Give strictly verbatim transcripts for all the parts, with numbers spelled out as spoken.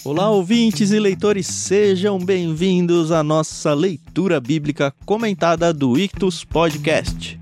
Olá, ouvintes e leitores, sejam bem-vindos à nossa leitura bíblica comentada do Ictus Podcast.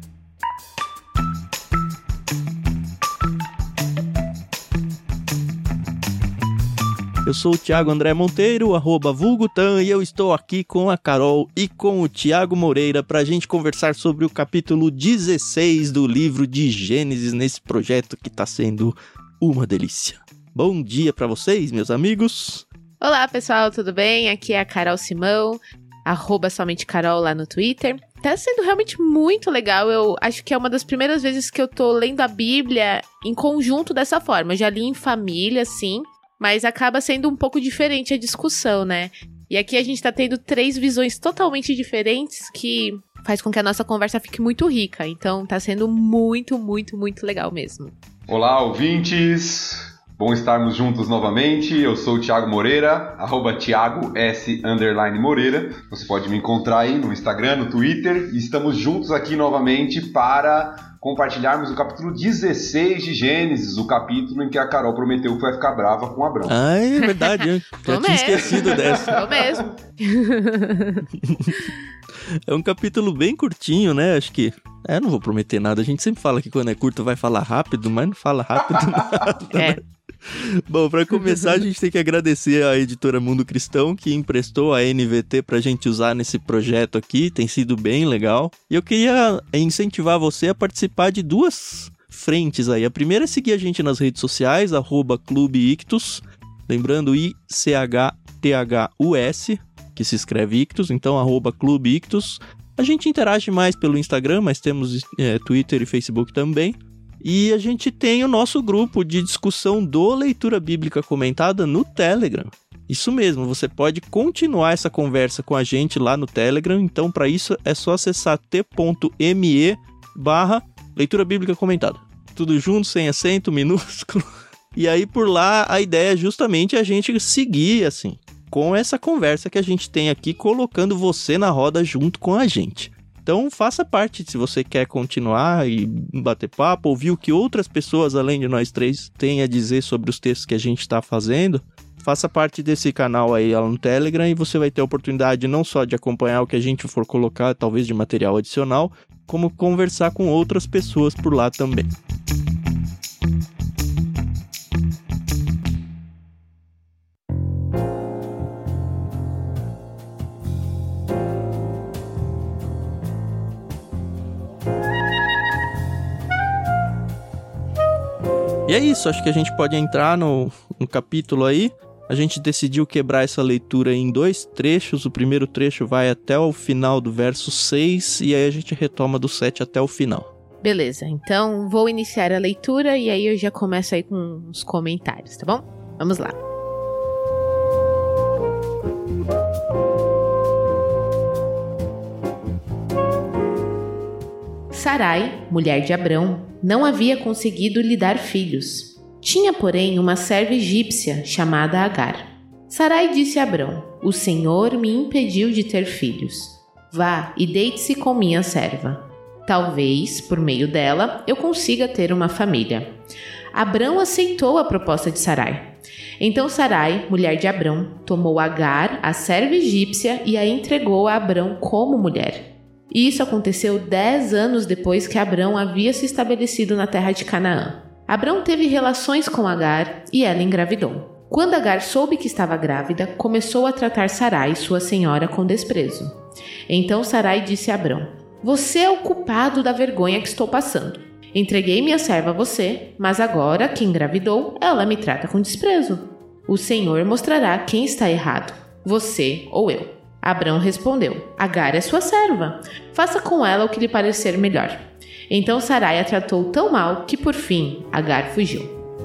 Eu sou o Thiago André Monteiro, arroba vulgutan, e eu estou aqui com a Carol e com o Thiago Moreira para a gente conversar sobre o capítulo dezesseis do livro de Gênesis, nesse projeto que está sendo uma delícia. Bom dia para vocês, meus amigos. Olá, pessoal, tudo bem? Aqui é a Carol Simão, arroba somente Carol lá no Twitter. Tá sendo realmente muito legal. Eu acho que é uma das primeiras vezes que eu tô lendo a Bíblia em conjunto dessa forma. Eu já li em família, sim, mas acaba sendo um pouco diferente a discussão, né? E aqui a gente tá tendo três visões totalmente diferentes que faz com que a nossa conversa fique muito rica. Então tá sendo muito, muito, muito legal mesmo. Olá, ouvintes! Bom estarmos juntos novamente. Eu sou o Thiago Moreira, arroba Thiago S underline Moreira. Você pode me encontrar aí no Instagram, no Twitter. E estamos juntos aqui novamente para compartilharmos o capítulo dezesseis de Gênesis, o capítulo em que a Carol prometeu que vai ficar brava com Abrão. Ah, é verdade. Eu já tinha esquecido dessa. Tô mesmo. É um capítulo bem curtinho, né? Acho que... É, não vou prometer nada. A gente sempre fala que quando é curto vai falar rápido, mas não fala rápido nada. É. Bom, para começar, a gente tem que agradecer à editora Mundo Cristão, que emprestou a N V T pra gente usar nesse projeto aqui, tem sido bem legal. E eu queria incentivar você a participar de duas frentes aí. A primeira é seguir a gente nas redes sociais, arroba Clube Ictus, lembrando I C H T H U S, que se escreve Ictus, então arroba Clube Ictus. A gente interage mais pelo Instagram, mas temos é, Twitter e Facebook também. E a gente tem o nosso grupo de discussão do Leitura Bíblica Comentada no Telegram. Isso mesmo, você pode continuar essa conversa com a gente lá no Telegram. Então, para isso, é só acessar t.me barra Leitura Bíblica Comentada. Tudo junto, sem acento, minúsculo. E aí, por lá, a ideia é justamente a gente seguir, assim, com essa conversa que a gente tem aqui, colocando você na roda junto com a gente. Então, faça parte, se você quer continuar e bater papo, ouvir o que outras pessoas, além de nós três, têm a dizer sobre os textos que a gente está fazendo. Faça parte desse canal aí lá no Telegram e você vai ter a oportunidade não só de acompanhar o que a gente for colocar, talvez de material adicional, como conversar com outras pessoas por lá também. E é isso, acho que a gente pode entrar no, no capítulo aí. A gente decidiu quebrar essa leitura em dois trechos. O primeiro trecho vai até o final do verso seis e aí a gente retoma do sete até o final. Beleza, então vou iniciar a leitura e aí eu já começo aí com os comentários, tá bom? Vamos lá. Sarai, mulher de Abrão, não havia conseguido lhe dar filhos. Tinha, porém, uma serva egípcia chamada Agar. Sarai disse a Abrão: O Senhor me impediu de ter filhos. Vá e deite-se com minha serva. Talvez, por meio dela, eu consiga ter uma família. Abrão aceitou a proposta de Sarai. Então Sarai, mulher de Abrão, tomou Agar, a serva egípcia, e a entregou a Abrão como mulher. E isso aconteceu dez anos depois que Abrão havia se estabelecido na terra de Canaã. Abrão teve relações com Agar e ela engravidou. Quando Agar soube que estava grávida, começou a tratar Sarai, sua senhora, com desprezo. Então Sarai disse a Abrão: Você é o culpado da vergonha que estou passando. Entreguei minha serva a você, mas agora que engravidou, ela me trata com desprezo. O Senhor mostrará quem está errado, você ou eu. Abrão respondeu: Agar é sua serva. Faça com ela o que lhe parecer melhor. Então Sarai a tratou tão mal que, por fim, Agar fugiu.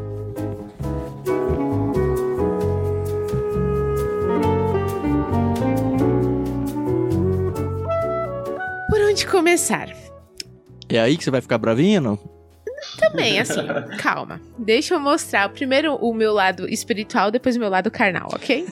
Por onde começar? É aí que você vai ficar bravinha, não? Também, assim, calma. Deixa eu mostrar primeiro o meu lado espiritual, depois o meu lado carnal, ok?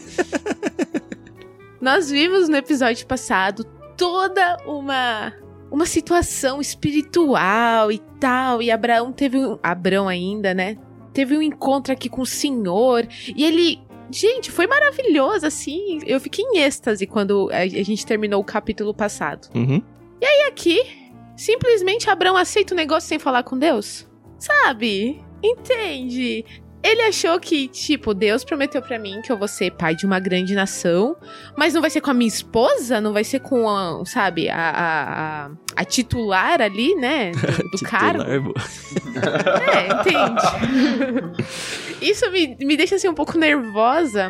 Nós vimos no episódio passado toda uma, uma situação espiritual e tal, e Abraão teve um... Abrão ainda, né? Teve um encontro aqui com o Senhor, e ele gente, foi maravilhoso, assim. Eu fiquei em êxtase quando a gente terminou o capítulo passado. Uhum. E aí aqui, simplesmente Abrão aceita o negócio sem falar com Deus? Sabe? Entende? Ele achou que, tipo, Deus prometeu pra mim que eu vou ser pai de uma grande nação, mas não vai ser com a minha esposa, não vai ser com, a, sabe, a, a, a, a titular ali, né, do, do cargo. É, entende? Isso me, me deixa, assim, um pouco nervosa,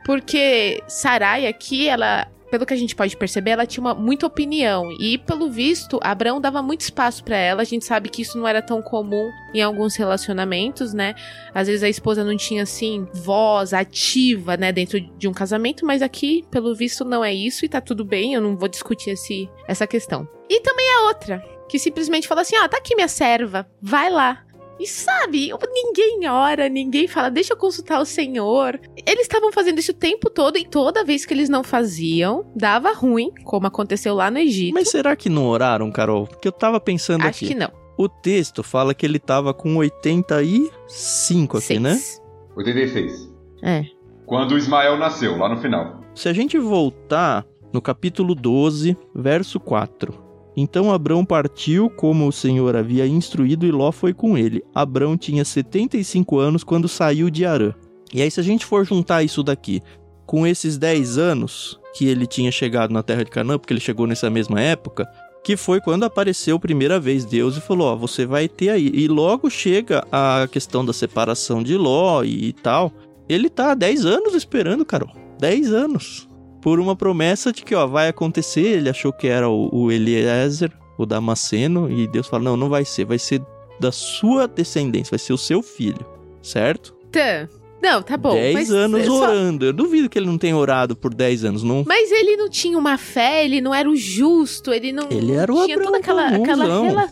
porque Sarai aqui, ela... Pelo que a gente pode perceber, ela tinha uma, muita opinião. E, pelo visto, Abrão dava muito espaço pra ela. A gente sabe que isso não era tão comum em alguns relacionamentos, né? Às vezes a esposa não tinha, assim, voz ativa, né? Dentro de um casamento. Mas aqui, pelo visto, não é isso. E tá tudo bem, eu não vou discutir esse, essa questão. E também a outra, que simplesmente fala assim, ó, ah, tá aqui minha serva, vai lá. E sabe, ninguém ora, ninguém fala, deixa eu consultar o Senhor. Eles estavam fazendo isso o tempo todo e toda vez que eles não faziam, dava ruim, como aconteceu lá no Egito. Mas será que não oraram, Carol? Porque eu tava pensando Acho aqui. Acho que não. O texto fala que ele tava com oitenta e cinco aqui, Seis. né? oitenta e seis. É. Quando Ismael nasceu, lá no final. Se a gente voltar no capítulo doze, verso quatro... Então Abrão partiu como o Senhor havia instruído e Ló foi com ele. Abrão tinha setenta e cinco anos quando saiu de Harã. E aí se a gente for juntar isso daqui com esses dez anos que ele tinha chegado na terra de Canaã, porque ele chegou nessa mesma época, que foi quando apareceu a primeira vez Deus e falou, ó, você vai ter aí. E logo chega a questão da separação de Ló e tal. Ele tá há dez anos esperando, Carol. dez anos. Por uma promessa de que, ó, vai acontecer. Ele achou que era o, o Eliezer, o Damasceno, e Deus fala, não, não vai ser, vai ser da sua descendência, vai ser o seu filho, certo? Tá. Não, tá bom. Dez anos só... orando. Eu duvido que ele não tenha orado por dez anos, não. Mas ele não tinha uma fé, ele não era o justo, ele não, ele era o tinha Abrão, toda aquela, aquela rela...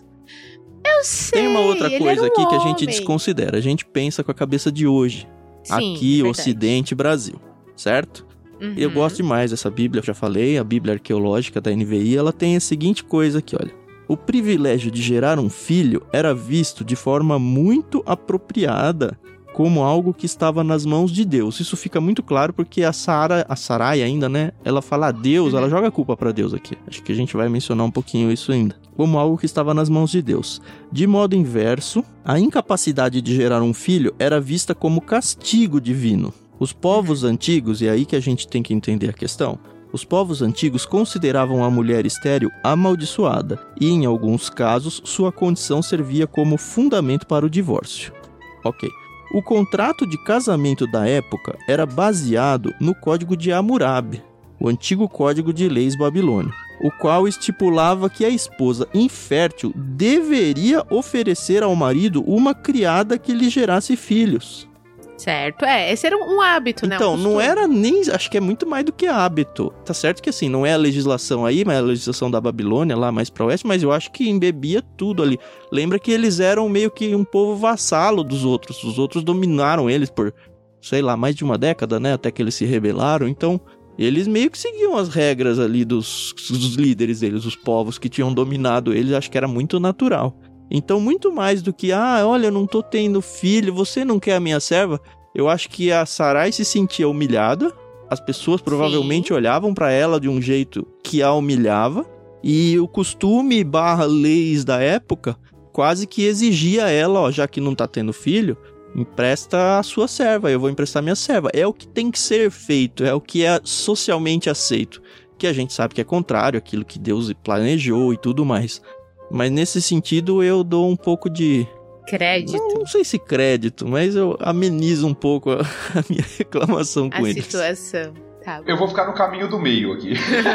Eu sei. Tem uma outra coisa um aqui homem. que a gente desconsidera. A gente pensa com a cabeça de hoje. Sim, aqui, é Ocidente, Brasil, certo? Uhum. Eu gosto demais dessa Bíblia, eu já falei, a Bíblia Arqueológica da N V I, ela tem a seguinte coisa aqui, olha. O privilégio de gerar um filho era visto de forma muito apropriada como algo que estava nas mãos de Deus. Isso fica muito claro porque a Sara, a Sarai ainda, né, ela fala a Deus, uhum. ela joga a culpa para Deus aqui. Acho que a gente vai mencionar um pouquinho isso ainda. Como algo que estava nas mãos de Deus. De modo inverso, a incapacidade de gerar um filho era vista como castigo divino. Os povos antigos, e é aí que a gente tem que entender a questão, os povos antigos consideravam a mulher estéril amaldiçoada e, em alguns casos, sua condição servia como fundamento para o divórcio. Ok. O contrato de casamento da época era baseado no Código de Hammurabi, o antigo Código de Leis babilônio, o qual estipulava que a esposa infértil deveria oferecer ao marido uma criada que lhe gerasse filhos. Certo, é, esse era um hábito, né? Então, um não era nem, acho que é muito mais do que hábito. Tá certo que assim, não é a legislação aí, mas é a legislação da Babilônia lá mais pra oeste, mas eu acho que embebia tudo ali. Lembra que eles eram meio que um povo vassalo dos outros, os outros dominaram eles por, sei lá, mais de uma década, né, até que eles se rebelaram, então eles meio que seguiam as regras ali dos, dos líderes deles, os povos que tinham dominado eles, acho que era muito natural. Então, muito mais do que, ah, olha, eu não tô tendo filho, você não quer a minha serva? Eu acho que a Sarai se sentia humilhada, as pessoas provavelmente Sim. olhavam pra ela de um jeito que a humilhava, e o costume barra leis da época quase que exigia ela, ó, já que não tá tendo filho, empresta a sua serva, eu vou emprestar minha serva. É o que tem que ser feito, é o que é socialmente aceito, que a gente sabe que é contrário àquilo que Deus planejou e tudo mais. Mas nesse sentido eu dou um pouco de... Crédito. Não, não sei se crédito, mas eu amenizo um pouco a, a minha reclamação com a eles. A situação. Tá bom. Eu vou ficar no caminho do meio aqui.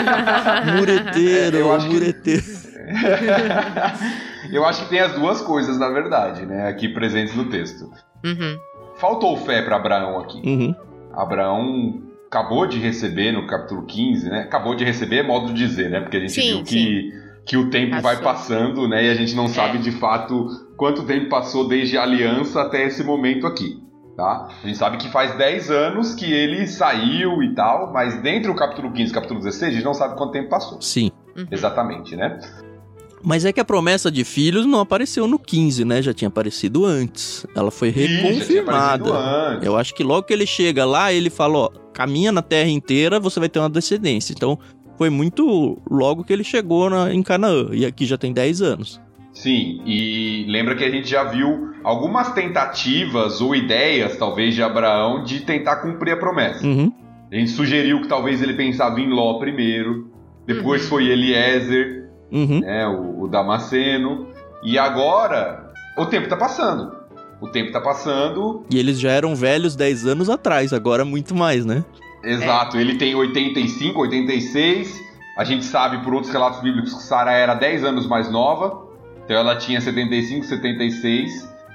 Mureteiro, eu acho mureteiro. Que... eu acho que tem as duas coisas, na verdade, né? Aqui presentes no texto. Uhum. Faltou fé para Abraão aqui. Uhum. Abraão acabou de receber no capítulo quinze, né? Acabou de receber é modo de dizer, né? Porque a gente sim, viu que... sim. que o tempo passou. vai passando, né? E a gente não sabe é. de fato quanto tempo passou desde a aliança até esse momento aqui, tá? A gente sabe que faz dez anos que ele saiu e tal, mas dentro do capítulo quinze e capítulo dezesseis a gente não sabe quanto tempo passou. Sim. Uhum. Exatamente, né? Mas é que a promessa de filhos não apareceu no quinze, né? Já tinha aparecido antes. Ela foi reconfirmada. Sim, já tinha aparecido antes. Eu acho que logo que ele chega lá, ele fala, ó, caminha na terra inteira, você vai ter uma descendência. Então, foi muito logo que ele chegou na, em Canaã. E aqui já tem dez anos. Sim, e lembra que a gente já viu algumas tentativas ou ideias, talvez, de Abraão de tentar cumprir a promessa. Uhum. A gente sugeriu que talvez ele pensava em Ló primeiro, depois Uhum. foi Eliezer, Uhum. né, o, o Damasceno, e agora o tempo tá passando. O tempo tá passando. E eles já eram velhos dez anos atrás, agora muito mais, né? Exato, ele tem oitenta e cinco, oitenta e seis. A gente sabe por outros relatos bíblicos que Sara era dez anos mais nova. Então ela tinha setenta e cinco, setenta e seis.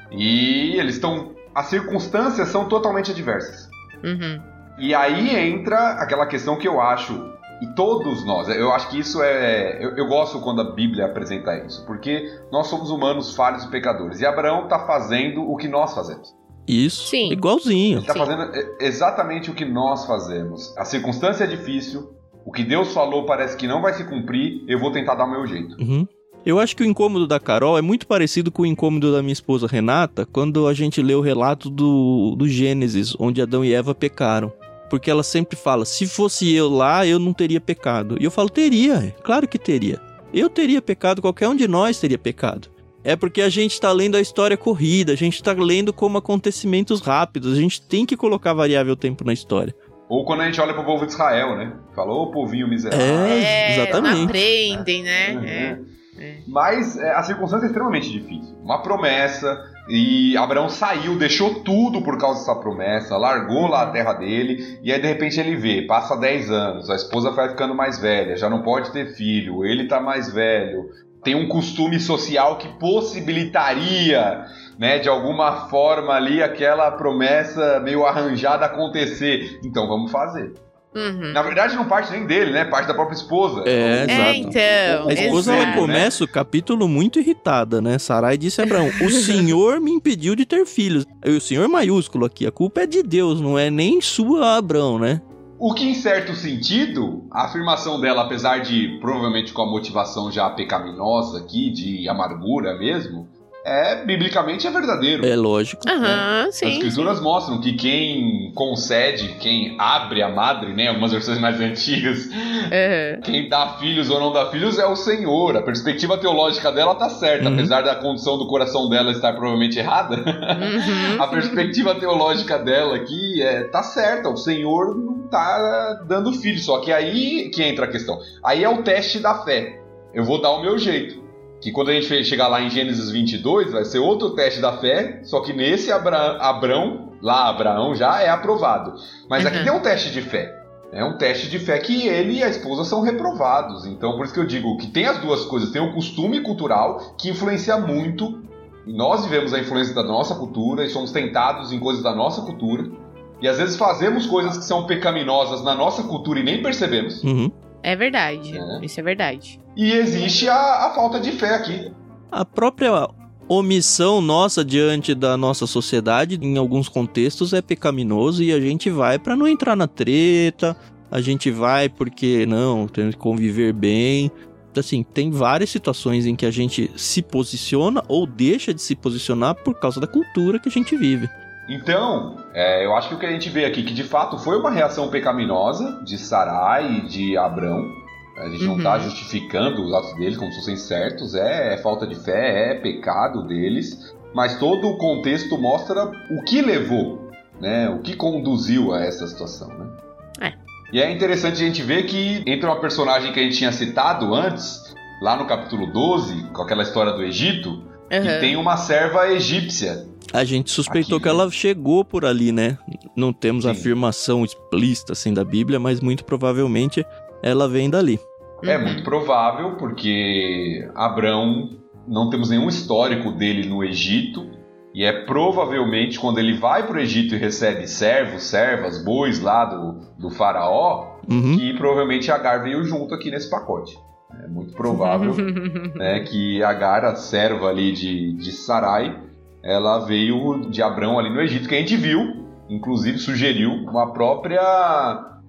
E eles estão... As circunstâncias são totalmente adversas. Uhum. E aí entra aquela questão que eu acho... E todos nós, eu acho que isso é... Eu, eu gosto quando a Bíblia apresenta isso. Porque nós somos humanos, falhos e pecadores. E Abraão está fazendo o que nós fazemos. Isso, Sim. igualzinho. Ele está Sim. fazendo exatamente o que nós fazemos. A circunstância é difícil. O que Deus falou parece que não vai se cumprir. Eu vou tentar dar o meu jeito. Uhum. Eu acho que o incômodo da Carol é muito parecido com o incômodo da minha esposa Renata quando a gente lê o relato do, do Gênesis, onde Adão e Eva pecaram. Porque ela sempre fala, se fosse eu lá, eu não teria pecado. E eu falo, teria, claro que teria. Eu teria pecado, qualquer um de nós teria pecado. É porque a gente está lendo a história corrida, a gente está lendo como acontecimentos rápidos, a gente tem que colocar variável tempo na história. Ou quando a gente olha pro povo de Israel, né? Falou, ô povinho miserável. É, É, exatamente. não aprendem, né? Uhum. É. É. Mas é, a circunstância é extremamente difícil. Uma promessa, e Abraão saiu, deixou tudo por causa dessa promessa, largou lá a terra dele, e aí de repente ele vê, passa dez anos, a esposa vai ficando mais velha, já não pode ter filho, ele tá mais velho, tem um costume social que possibilitaria, né, de alguma forma ali, aquela promessa meio arranjada acontecer. Então vamos fazer. Uhum. Na verdade não parte nem dele, né? Parte da própria esposa. É, exato. É, então. A esposa ela exato. começa o capítulo muito irritada, né? Sarai disse a Abraão, o Senhor me impediu de ter filhos. E o Senhor maiúsculo aqui, a culpa é de Deus, não é nem sua, Abraão, né? O que, em certo sentido, a afirmação dela, apesar de provavelmente com a motivação já pecaminosa aqui, de amargura mesmo, é, biblicamente é verdadeiro. É lógico. Aham, As sim. escrituras mostram que quem concede, quem abre a madre, né, algumas versões mais antigas, Uhum. quem dá filhos ou não dá filhos é o Senhor. A perspectiva teológica dela tá certa, Uhum. apesar da condição do coração dela estar provavelmente errada. Uhum. A perspectiva teológica dela aqui é, tá certa, o Senhor não tá dando filho, só que aí que entra a questão. Aí é o teste da fé. Eu vou dar o meu jeito. Que quando a gente chegar lá em Gênesis vinte e dois, vai ser outro teste da fé, só que nesse Abra- Abrão, lá Abraão já é aprovado. Mas aqui Uhum. tem um teste de fé. É um teste de fé que ele e a esposa são reprovados. Então por isso que eu digo que tem as duas coisas. Tem o costume cultural que influencia muito. E nós vivemos a influência da nossa cultura e somos tentados em coisas da nossa cultura. E às vezes fazemos coisas que são pecaminosas na nossa cultura e nem percebemos. Uhum. É verdade. É. Isso é verdade. E existe a, a falta de fé aqui. A própria omissão nossa diante da nossa sociedade, em alguns contextos, é pecaminoso e a gente vai pra não entrar na treta, a gente vai porque, não, tem que conviver bem. Assim, tem várias situações em que a gente se posiciona ou deixa de se posicionar por causa da cultura que a gente vive. Então, é, eu acho que o que a gente vê aqui, que de fato foi uma reação pecaminosa de Sarai e de Abrão. A gente não Uhum. está justificando os atos deles como se fossem certos, é, é falta de fé, é pecado deles, mas todo o contexto mostra o que levou, né, o que conduziu a essa situação, né? É. E é interessante a gente ver que entra uma personagem que a gente tinha citado antes, lá no capítulo doze, com aquela história do Egito, que Uhum. tem uma serva egípcia. A gente suspeitou Aqui, que né? ela chegou por ali, né? Não temos Sim. afirmação explícita assim da Bíblia, mas muito provavelmente ela vem dali. É Uhum. muito provável, porque Abrão, não temos nenhum histórico dele no Egito, e é provavelmente quando ele vai para o Egito e recebe servos, servas, bois lá do, do faraó, Uhum. que provavelmente Agar veio junto aqui nesse pacote. É muito provável né, que Agar, a serva ali de, de Sarai, ela veio de Abrão ali no Egito, que a gente viu, inclusive sugeriu uma própria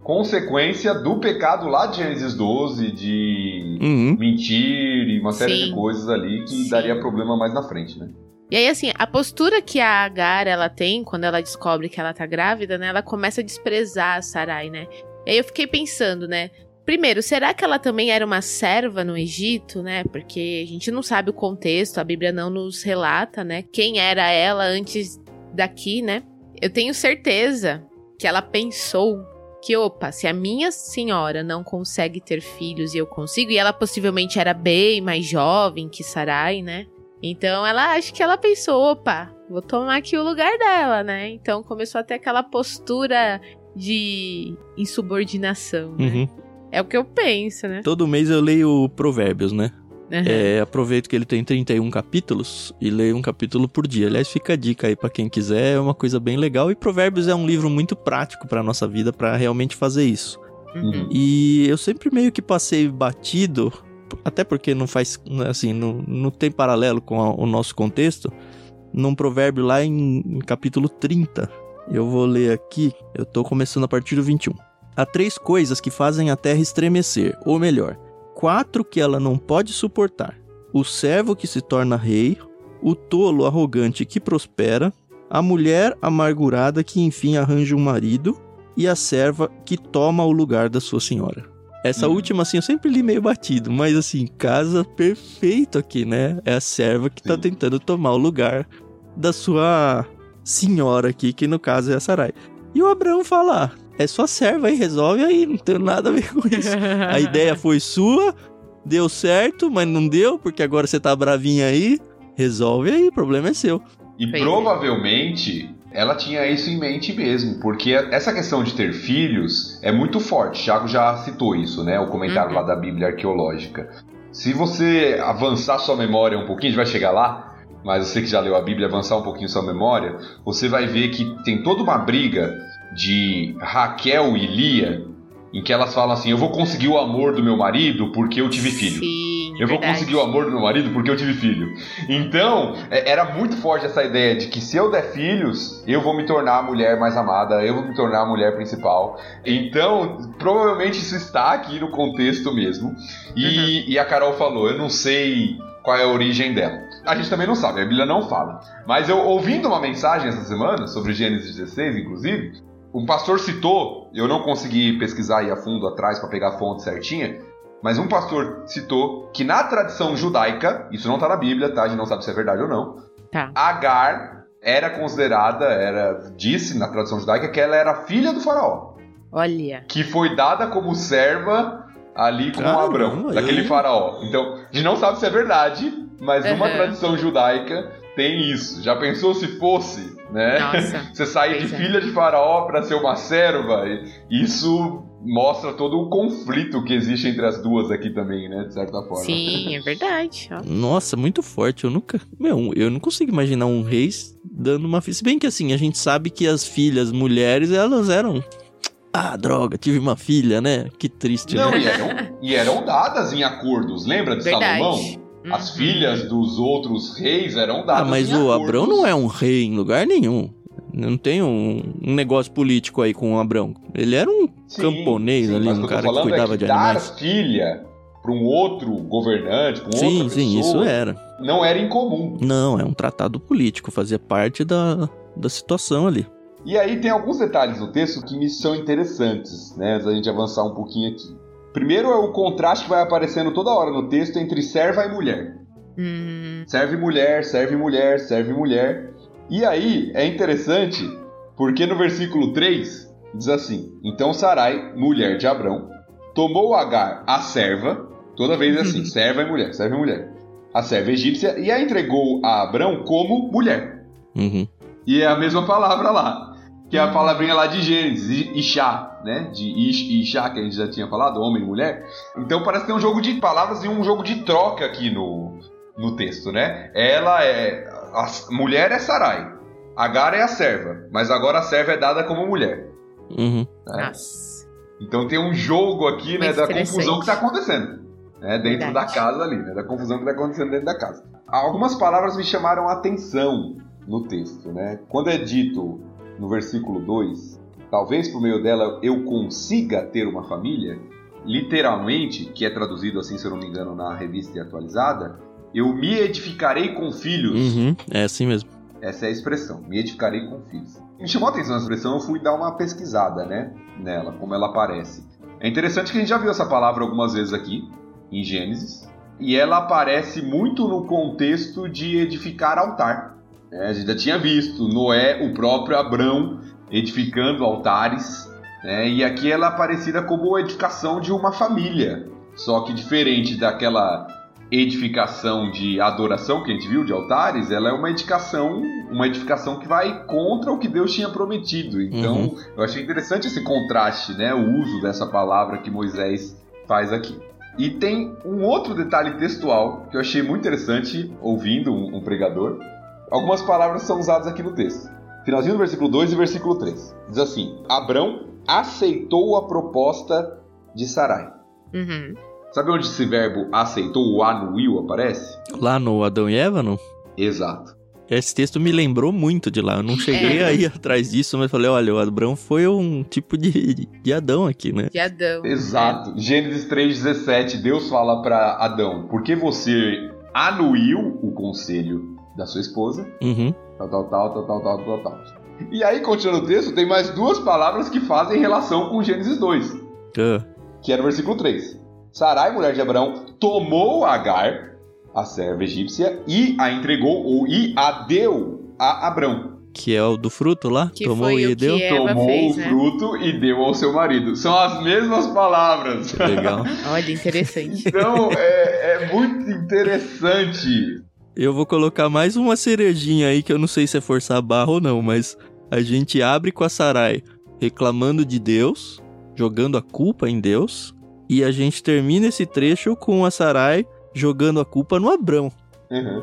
consequência do pecado lá de Gênesis doze, de Uhum. mentir e uma série Sim. de coisas ali que Sim. daria problema mais na frente, né? E aí, assim, a postura que a Agar, ela tem, quando ela descobre que ela tá grávida, né? Ela começa a desprezar a Sarai, né? E aí eu fiquei pensando, né? Primeiro, será que ela também era uma serva no Egito, né? Porque a gente não sabe o contexto, a Bíblia não nos relata, né? Quem era ela antes daqui, né? Eu tenho certeza que ela pensou que, opa, se a minha senhora não consegue ter filhos e eu consigo, e ela possivelmente era bem mais jovem que Sarai, né? Então ela acho que ela pensou, opa, vou tomar aqui o lugar dela, né? Então começou a ter aquela postura de insubordinação, né? Uhum. É o que eu penso, né? Todo mês eu leio Provérbios, né? Uhum. É, aproveito que ele tem trinta e um capítulos e leio um capítulo por dia. Aliás, fica a dica aí pra quem quiser, é uma coisa bem legal. E Provérbios é um livro muito prático pra nossa vida, pra realmente fazer isso. Uhum. E eu sempre meio que passei batido, até porque não faz, assim, não, não tem paralelo com a, o nosso contexto, num provérbio lá em, em capítulo trinta. Eu vou ler aqui, eu tô começando a partir do vinte e um. Há três coisas que fazem a terra estremecer, ou melhor, quatro que ela não pode suportar: o servo que se torna rei, o tolo arrogante que prospera, a mulher amargurada que enfim arranja um marido e a serva que toma o lugar da sua senhora. Essa Uhum. última, assim, eu sempre li meio batido, mas assim, casa perfeito aqui, né? É a serva que tá Sim. tentando tomar o lugar da sua senhora aqui, que no caso é a Sarai. E o Abraão fala: ah, é sua serva aí, resolve aí, não tem nada a ver com isso. A ideia foi sua, deu certo, mas não deu, porque agora você tá bravinha aí, resolve aí, o problema é seu. E Pois é. provavelmente ela tinha isso em mente mesmo, porque essa questão de ter filhos é muito forte. Thiago já citou isso, né? O comentário Uhum. lá da Bíblia Arqueológica. Se você avançar sua memória um pouquinho, a gente vai chegar lá, mas você que já leu a Bíblia, avançar um pouquinho sua memória, você vai ver que tem toda uma briga de Raquel e Lia, em que elas falam assim: eu vou conseguir o amor do meu marido porque eu tive filho. Sim, Eu vou verdade. conseguir o amor do meu marido porque eu tive filho. Então, é- era muito forte essa ideia de que se eu der filhos, eu vou me tornar a mulher mais amada, eu vou me tornar a mulher principal. Então, provavelmente isso está aqui no contexto mesmo. E, e a Carol falou: eu não sei qual é a origem dela. A gente também não sabe, a Bíblia não fala. Mas eu, ouvindo uma mensagem essa semana, sobre Gênesis dezesseis, inclusive, um pastor citou, eu não consegui pesquisar aí a fundo atrás para pegar a fonte certinha, mas um pastor citou que na tradição judaica, isso não está na Bíblia, tá? A gente não sabe se é verdade ou não, Tá. Agar era considerada, era, disse na tradição judaica que ela era filha do faraó, Olha. que foi dada como serva ali com Caramba, Abrão, aí. daquele faraó. Então, a gente não sabe se é verdade, mas numa Uhum. tradição judaica tem isso. Já pensou se fosse, né? Nossa. Você sair de Pois é. filha de faraó para ser uma serva? Isso mostra todo o conflito que existe entre as duas aqui também, né? De certa forma. Sim, é verdade. Ó. Nossa, muito forte. Eu nunca. Meu, eu não consigo imaginar um rei dando uma filha. Se bem que assim, a gente sabe que as filhas mulheres, elas eram. Ah, droga, tive uma filha, né? Que triste, Não, né? e eram, e eram dadas em acordos. Lembra de Verdade. Salomão? As Uhum. filhas dos outros reis eram dadas Ah, mas em o acordos. Abrão não é um rei em lugar nenhum. Não tem um, um negócio político aí com o Abrão. Ele era um Sim, camponês sim, ali, mas um o que eu tô cara que falando cuidava é que de dar animais. filha para um outro governante, para um Sim, outra sim, isso pessoa, era. não era incomum. Não, é um tratado político, fazia parte da, da situação ali. E aí tem alguns detalhes no texto que me são interessantes, né, antes da gente avançar um pouquinho aqui. Primeiro é o contraste que vai aparecendo toda hora no texto entre serva e mulher. Hum, Serve mulher, serve mulher, serve mulher. E aí é interessante porque no versículo três diz assim: então Sarai, mulher de Abrão, tomou Agar, a serva, toda vez é assim, serva e mulher, serva e mulher, a serva egípcia, e a entregou a Abrão como mulher. Uhum. E é a mesma palavra lá, que é a palavrinha lá de Gênesis, Ishá, né? De Ish e Ishá, que a gente já tinha falado, homem e mulher. Então parece que tem um jogo de palavras e um jogo de troca aqui no, no texto, né? Ela é... A mulher é Sarai, Agar é a serva, mas agora a serva é dada como mulher. Uhum. Né? nossa. Então tem um jogo aqui, né, Muito da interessante. confusão que está acontecendo, né, dentro Verdade. da casa ali, né, da confusão que está acontecendo dentro da casa. Algumas palavras me chamaram a atenção no texto, né? Quando é dito no versículo dois, talvez por meio dela eu consiga ter uma família. Literalmente, que é traduzido assim, se eu não me engano, na revista atualizada, eu me edificarei com filhos. Uhum, é assim mesmo. Essa é a expressão, me edificarei com filhos. Me chamou a atenção essa expressão, eu fui dar uma pesquisada, né, nela, como ela aparece. É interessante que a gente já viu essa palavra algumas vezes aqui, em Gênesis, e ela aparece muito no contexto de edificar altar. É, a gente já tinha visto Noé, o próprio Abrão, edificando altares, né, e aqui ela é aparecida como a edificação de uma família, só que diferente daquela edificação de adoração que a gente viu, de altares, ela é uma edificação, uma edificação que vai contra o que Deus tinha prometido. Então, uhum. eu achei interessante esse contraste, né, o uso dessa palavra que Moisés faz aqui. E tem um outro detalhe textual que eu achei muito interessante, ouvindo um, um pregador. Algumas palavras são usadas aqui no texto. Finalzinho do versículo dois e versículo três. Diz assim: Abrão aceitou a proposta de Sarai. Uhum. Sabe onde esse verbo aceitou, o anuiu, aparece? Lá no Adão e Eva, não? Exato. Esse texto me lembrou muito de lá. Eu não cheguei é. aí atrás disso, mas falei, olha, o Abrão foi um tipo de, de Adão aqui, né? De Adão. Exato. É. Gênesis três, dezessete, Deus fala para Adão, porque você anuiu o conselho da sua esposa, uhum. tal, tal, tal, tal, tal, tal, tal, tal. E aí, continuando o texto, tem mais duas palavras que fazem relação com Gênesis dois, uh. que é no versículo três. Sarai, mulher de Abrão, tomou Agar, a serva egípcia, e a entregou, ou e a deu a Abrão. Que é o do fruto lá? Que Tomou foi e o deu? que Eva Tomou fez, o né? fruto e deu ao seu marido. São as mesmas palavras. Legal. Olha, interessante. Então, é, é muito interessante. Eu vou colocar mais uma cerejinha aí, que eu não sei se é forçar a barra ou não, mas a gente abre com a Sarai reclamando de Deus, jogando a culpa em Deus, e a gente termina esse trecho com a Sarai jogando a culpa no Abrão. Uhum.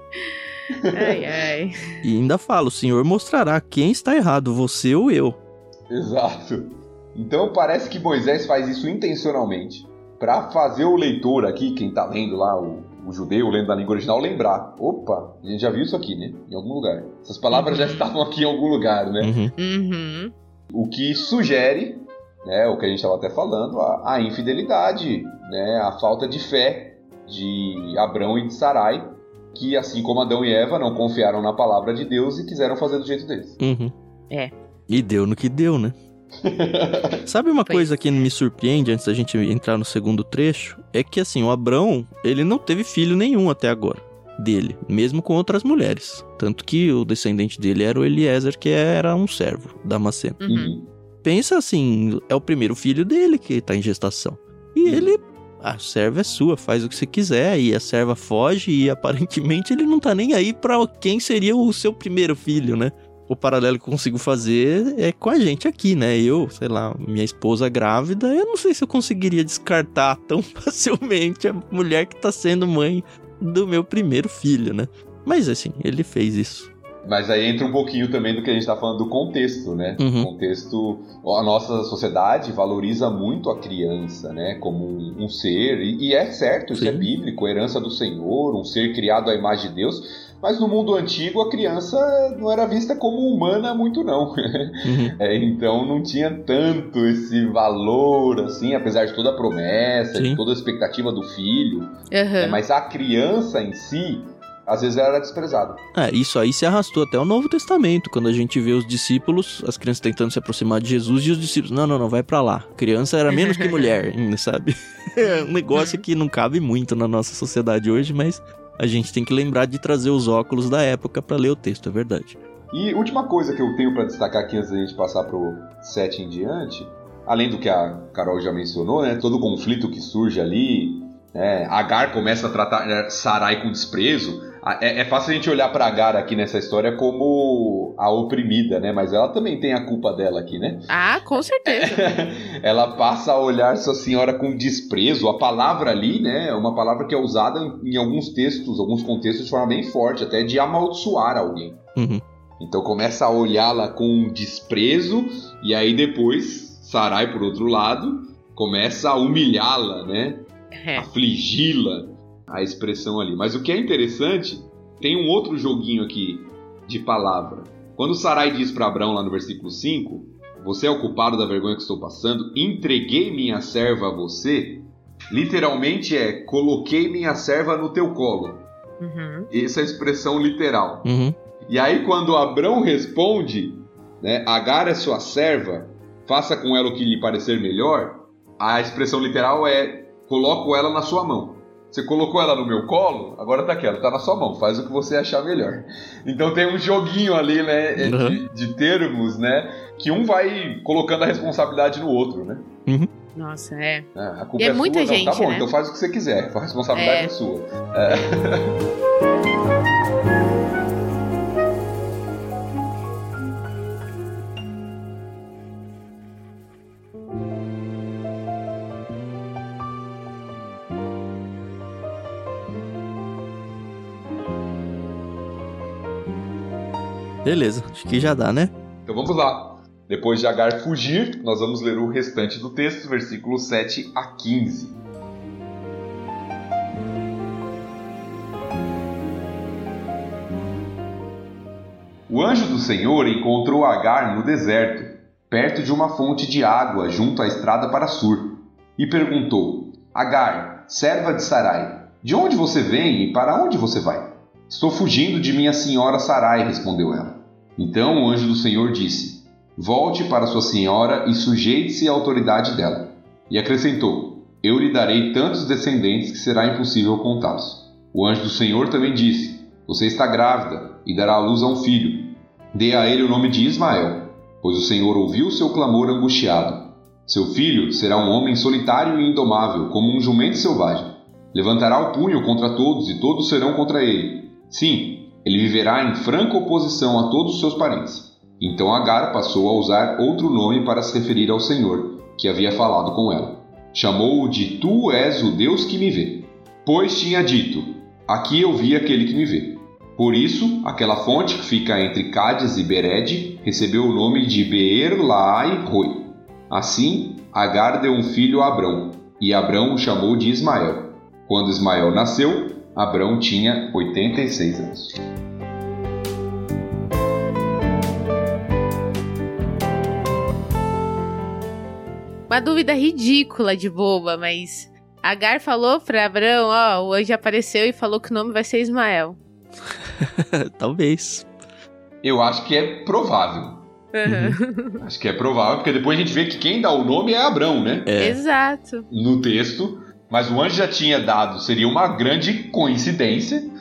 Ai, ai. E ainda fala, o Senhor mostrará quem está errado, você ou eu. Exato. Então parece que Moisés faz isso intencionalmente, para fazer o leitor aqui, quem está lendo lá, o, o judeu lendo da língua original, lembrar. Opa, a gente já viu isso aqui, né? Em algum lugar. Essas palavras uhum. já estavam aqui em algum lugar, né? Uhum. Uhum. O que sugere, né, o que a gente estava até falando, a, a infidelidade, né, a falta de fé de Abrão e de Sarai, que assim como Adão e Eva não confiaram na palavra de Deus e quiseram fazer do jeito deles. Uhum. É. E deu no que deu, né? Sabe uma Foi. coisa que me surpreende antes da gente entrar no segundo trecho? É que assim, o Abrão, ele não teve filho nenhum até agora dele, mesmo com outras mulheres. Tanto que o descendente dele era o Eliezer, que era um servo da Damasceno. Uhum. Pensa assim, é o primeiro filho dele que tá em gestação. E ele, a serva é sua, faz o que você quiser, e a serva foge, e aparentemente ele não tá nem aí pra quem seria o seu primeiro filho, né? O paralelo que eu consigo fazer é com a gente aqui, né? Eu, sei lá, minha esposa grávida, eu não sei se eu conseguiria descartar tão facilmente a mulher que tá sendo mãe do meu primeiro filho, né? Mas assim, ele fez isso. Mas aí entra um pouquinho também do que a gente está falando do contexto, né? Uhum. O contexto, a nossa sociedade valoriza muito a criança, né? Como um, um ser, e, e é certo, isso Sim. é bíblico, herança do Senhor, um ser criado à imagem de Deus. Mas no mundo antigo a criança não era vista como humana muito não. Uhum. É, então não tinha tanto esse valor, assim, apesar de toda a promessa, Sim. de toda a expectativa do filho. Uhum. É, mas a criança em si, às vezes ela era desprezada. É, isso aí se arrastou até o Novo Testamento, quando a gente vê os discípulos, as crianças tentando se aproximar de Jesus, e os discípulos, não, não, não, vai pra lá. Criança era menos que mulher, sabe? É um negócio que não cabe muito na nossa sociedade hoje, mas a gente tem que lembrar de trazer os óculos da época pra ler o texto, é verdade. E última coisa que eu tenho pra destacar aqui antes da gente passar pro sete em diante, além do que a Carol já mencionou, né, todo o conflito que surge ali, né, Agar começa a tratar Sarai com desprezo. É, é fácil a gente olhar pra Agar aqui nessa história como a oprimida, né, mas ela também tem a culpa dela aqui, né? Ah, com certeza. Ela passa a olhar sua senhora com desprezo. A palavra ali, né, é uma palavra que é usada em alguns textos, alguns contextos de forma bem forte, até de amaldiçoar alguém. Uhum. Então começa a olhá-la com desprezo, e aí depois Sarai, por outro lado, começa a humilhá-la, né? É. Afligi-la, a expressão ali. Mas o que é interessante, tem um outro joguinho aqui de palavra. Quando Sarai diz para Abrão lá no versículo cinco, você é o culpado da vergonha que estou passando, entreguei minha serva a você, literalmente é, coloquei minha serva no teu colo. Uhum. Essa é a expressão literal. Uhum. E aí quando Abrão responde, né, Agar é sua serva, faça com ela o que lhe parecer melhor, a expressão literal é, coloco ela na sua mão. Você colocou ela no meu colo, agora tá aqui, ela tá na sua mão, faz o que você achar melhor. Então tem um joguinho ali, né, Uhum. de, de termos, né, que um vai colocando a responsabilidade no outro, né. Uhum. Nossa, é. É, a culpa E é é muita sua? gente, Não, tá bom, né? então faz o que você quiser, a responsabilidade é, É. sua. É. Beleza, acho que já dá, né? Então vamos lá. Depois de Agar fugir, nós vamos ler o restante do texto, versículos sete a quinze. O anjo do Senhor encontrou Agar no deserto, perto de uma fonte de água junto à estrada para Sur, e perguntou: Agar, serva de Sarai, de onde você vem e para onde você vai? Estou fugindo de minha senhora Sarai, respondeu ela. Então o anjo do Senhor disse: Volte para sua senhora e sujeite-se à autoridade dela. E acrescentou: Eu lhe darei tantos descendentes que será impossível contá-los. O anjo do Senhor também disse: Você está grávida e dará à luz a um filho. Dê a ele o nome de Ismael, pois o Senhor ouviu seu clamor angustiado. Seu filho será um homem solitário e indomável, como um jumento selvagem. Levantará o punho contra todos e todos serão contra ele. Sim, ele viverá em franca oposição a todos os seus parentes. Então Agar passou a usar outro nome para se referir ao Senhor, que havia falado com ela. Chamou-o de Tu és o Deus que me vê. Pois tinha dito: Aqui eu vi aquele que me vê. Por isso, aquela fonte que fica entre Cádiz e Bered recebeu o nome de Beer-Lahai-Roi. Assim, Agar deu um filho a Abrão, e Abrão o chamou de Ismael. Quando Ismael nasceu, Abrão tinha oitenta e seis anos. Uma dúvida ridícula de boba, mas Agar falou pra Abrão, ó, o anjo apareceu e falou que o nome vai ser Ismael. Talvez. Eu acho que é provável. Uhum. Acho que é provável, porque depois a gente vê que quem dá o nome é Abrão, né? É. Exato. No texto. Mas o anjo já tinha dado, seria uma grande coincidência, Uhum.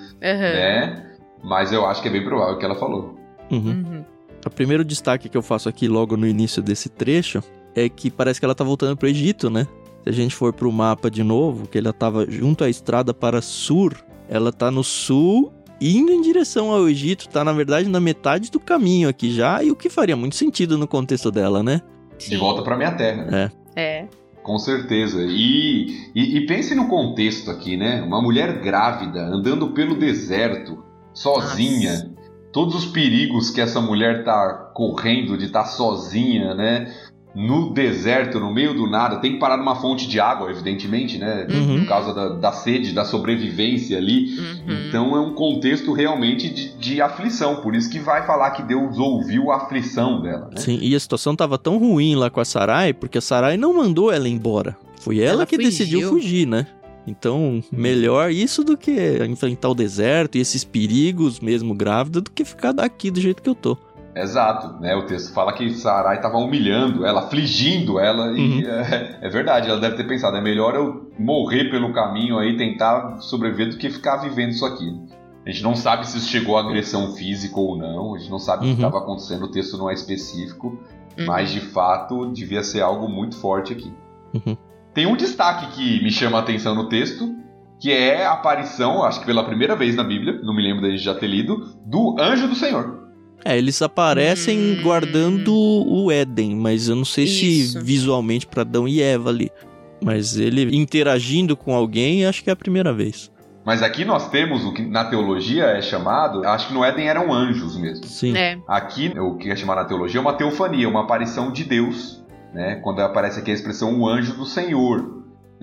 né? Mas eu acho que é bem provável que ela falou. Uhum. Uhum. O primeiro destaque que eu faço aqui logo no início desse trecho é que parece que ela tá voltando pro Egito, né? Se a gente for pro mapa de novo, que ela tava junto à estrada para Sur, ela tá no sul, indo em direção ao Egito, tá na verdade na metade do caminho aqui já, e o que faria muito sentido no contexto dela, né? De Sim. volta pra minha terra. É. É. Com certeza. E, e, e pense no contexto aqui, né? Uma mulher grávida, andando pelo deserto, sozinha. Nossa. Todos os perigos que essa mulher tá correndo de estar tá sozinha, né? No deserto, no meio do nada. Tem que parar numa fonte de água, evidentemente, né? Uhum. Por causa da, da sede, da sobrevivência ali. Uhum. Então é um contexto realmente de, de aflição. Por isso que vai falar que Deus ouviu a aflição dela, né? Sim, e a situação tava tão ruim lá com a Sarai, porque a Sarai não mandou ela embora. Foi ela, Ela que fugiu. decidiu fugir, né? Então, melhor isso do que enfrentar o deserto e esses perigos mesmo grávida do que ficar daqui do jeito que eu tô. Exato, né? O texto fala que Sarai estava humilhando ela, afligindo ela, e Uhum. é, é verdade, ela deve ter pensado, é melhor eu morrer pelo caminho aí, tentar sobreviver do que ficar vivendo isso aqui. A gente não sabe se isso chegou a agressão física ou não, a gente não sabe o Uhum. que estava acontecendo, o texto não é específico, Uhum. mas de fato devia ser algo muito forte aqui. Uhum. Tem um destaque que me chama a atenção no texto, que é a aparição, acho que pela primeira vez na Bíblia, não me lembro da gente já ter lido, do anjo do Senhor. É, eles aparecem Hum. guardando o Éden, mas eu não sei Isso. se visualmente pra Adão e Eva ali. Mas ele interagindo com alguém, acho que é a primeira vez. Mas aqui nós temos o que na teologia é chamado, acho que no Éden eram anjos mesmo. Sim. É. Aqui, o que é chamado na teologia é uma teofania, uma aparição de Deus, né? Quando aparece aqui a expressão o anjo do Senhor.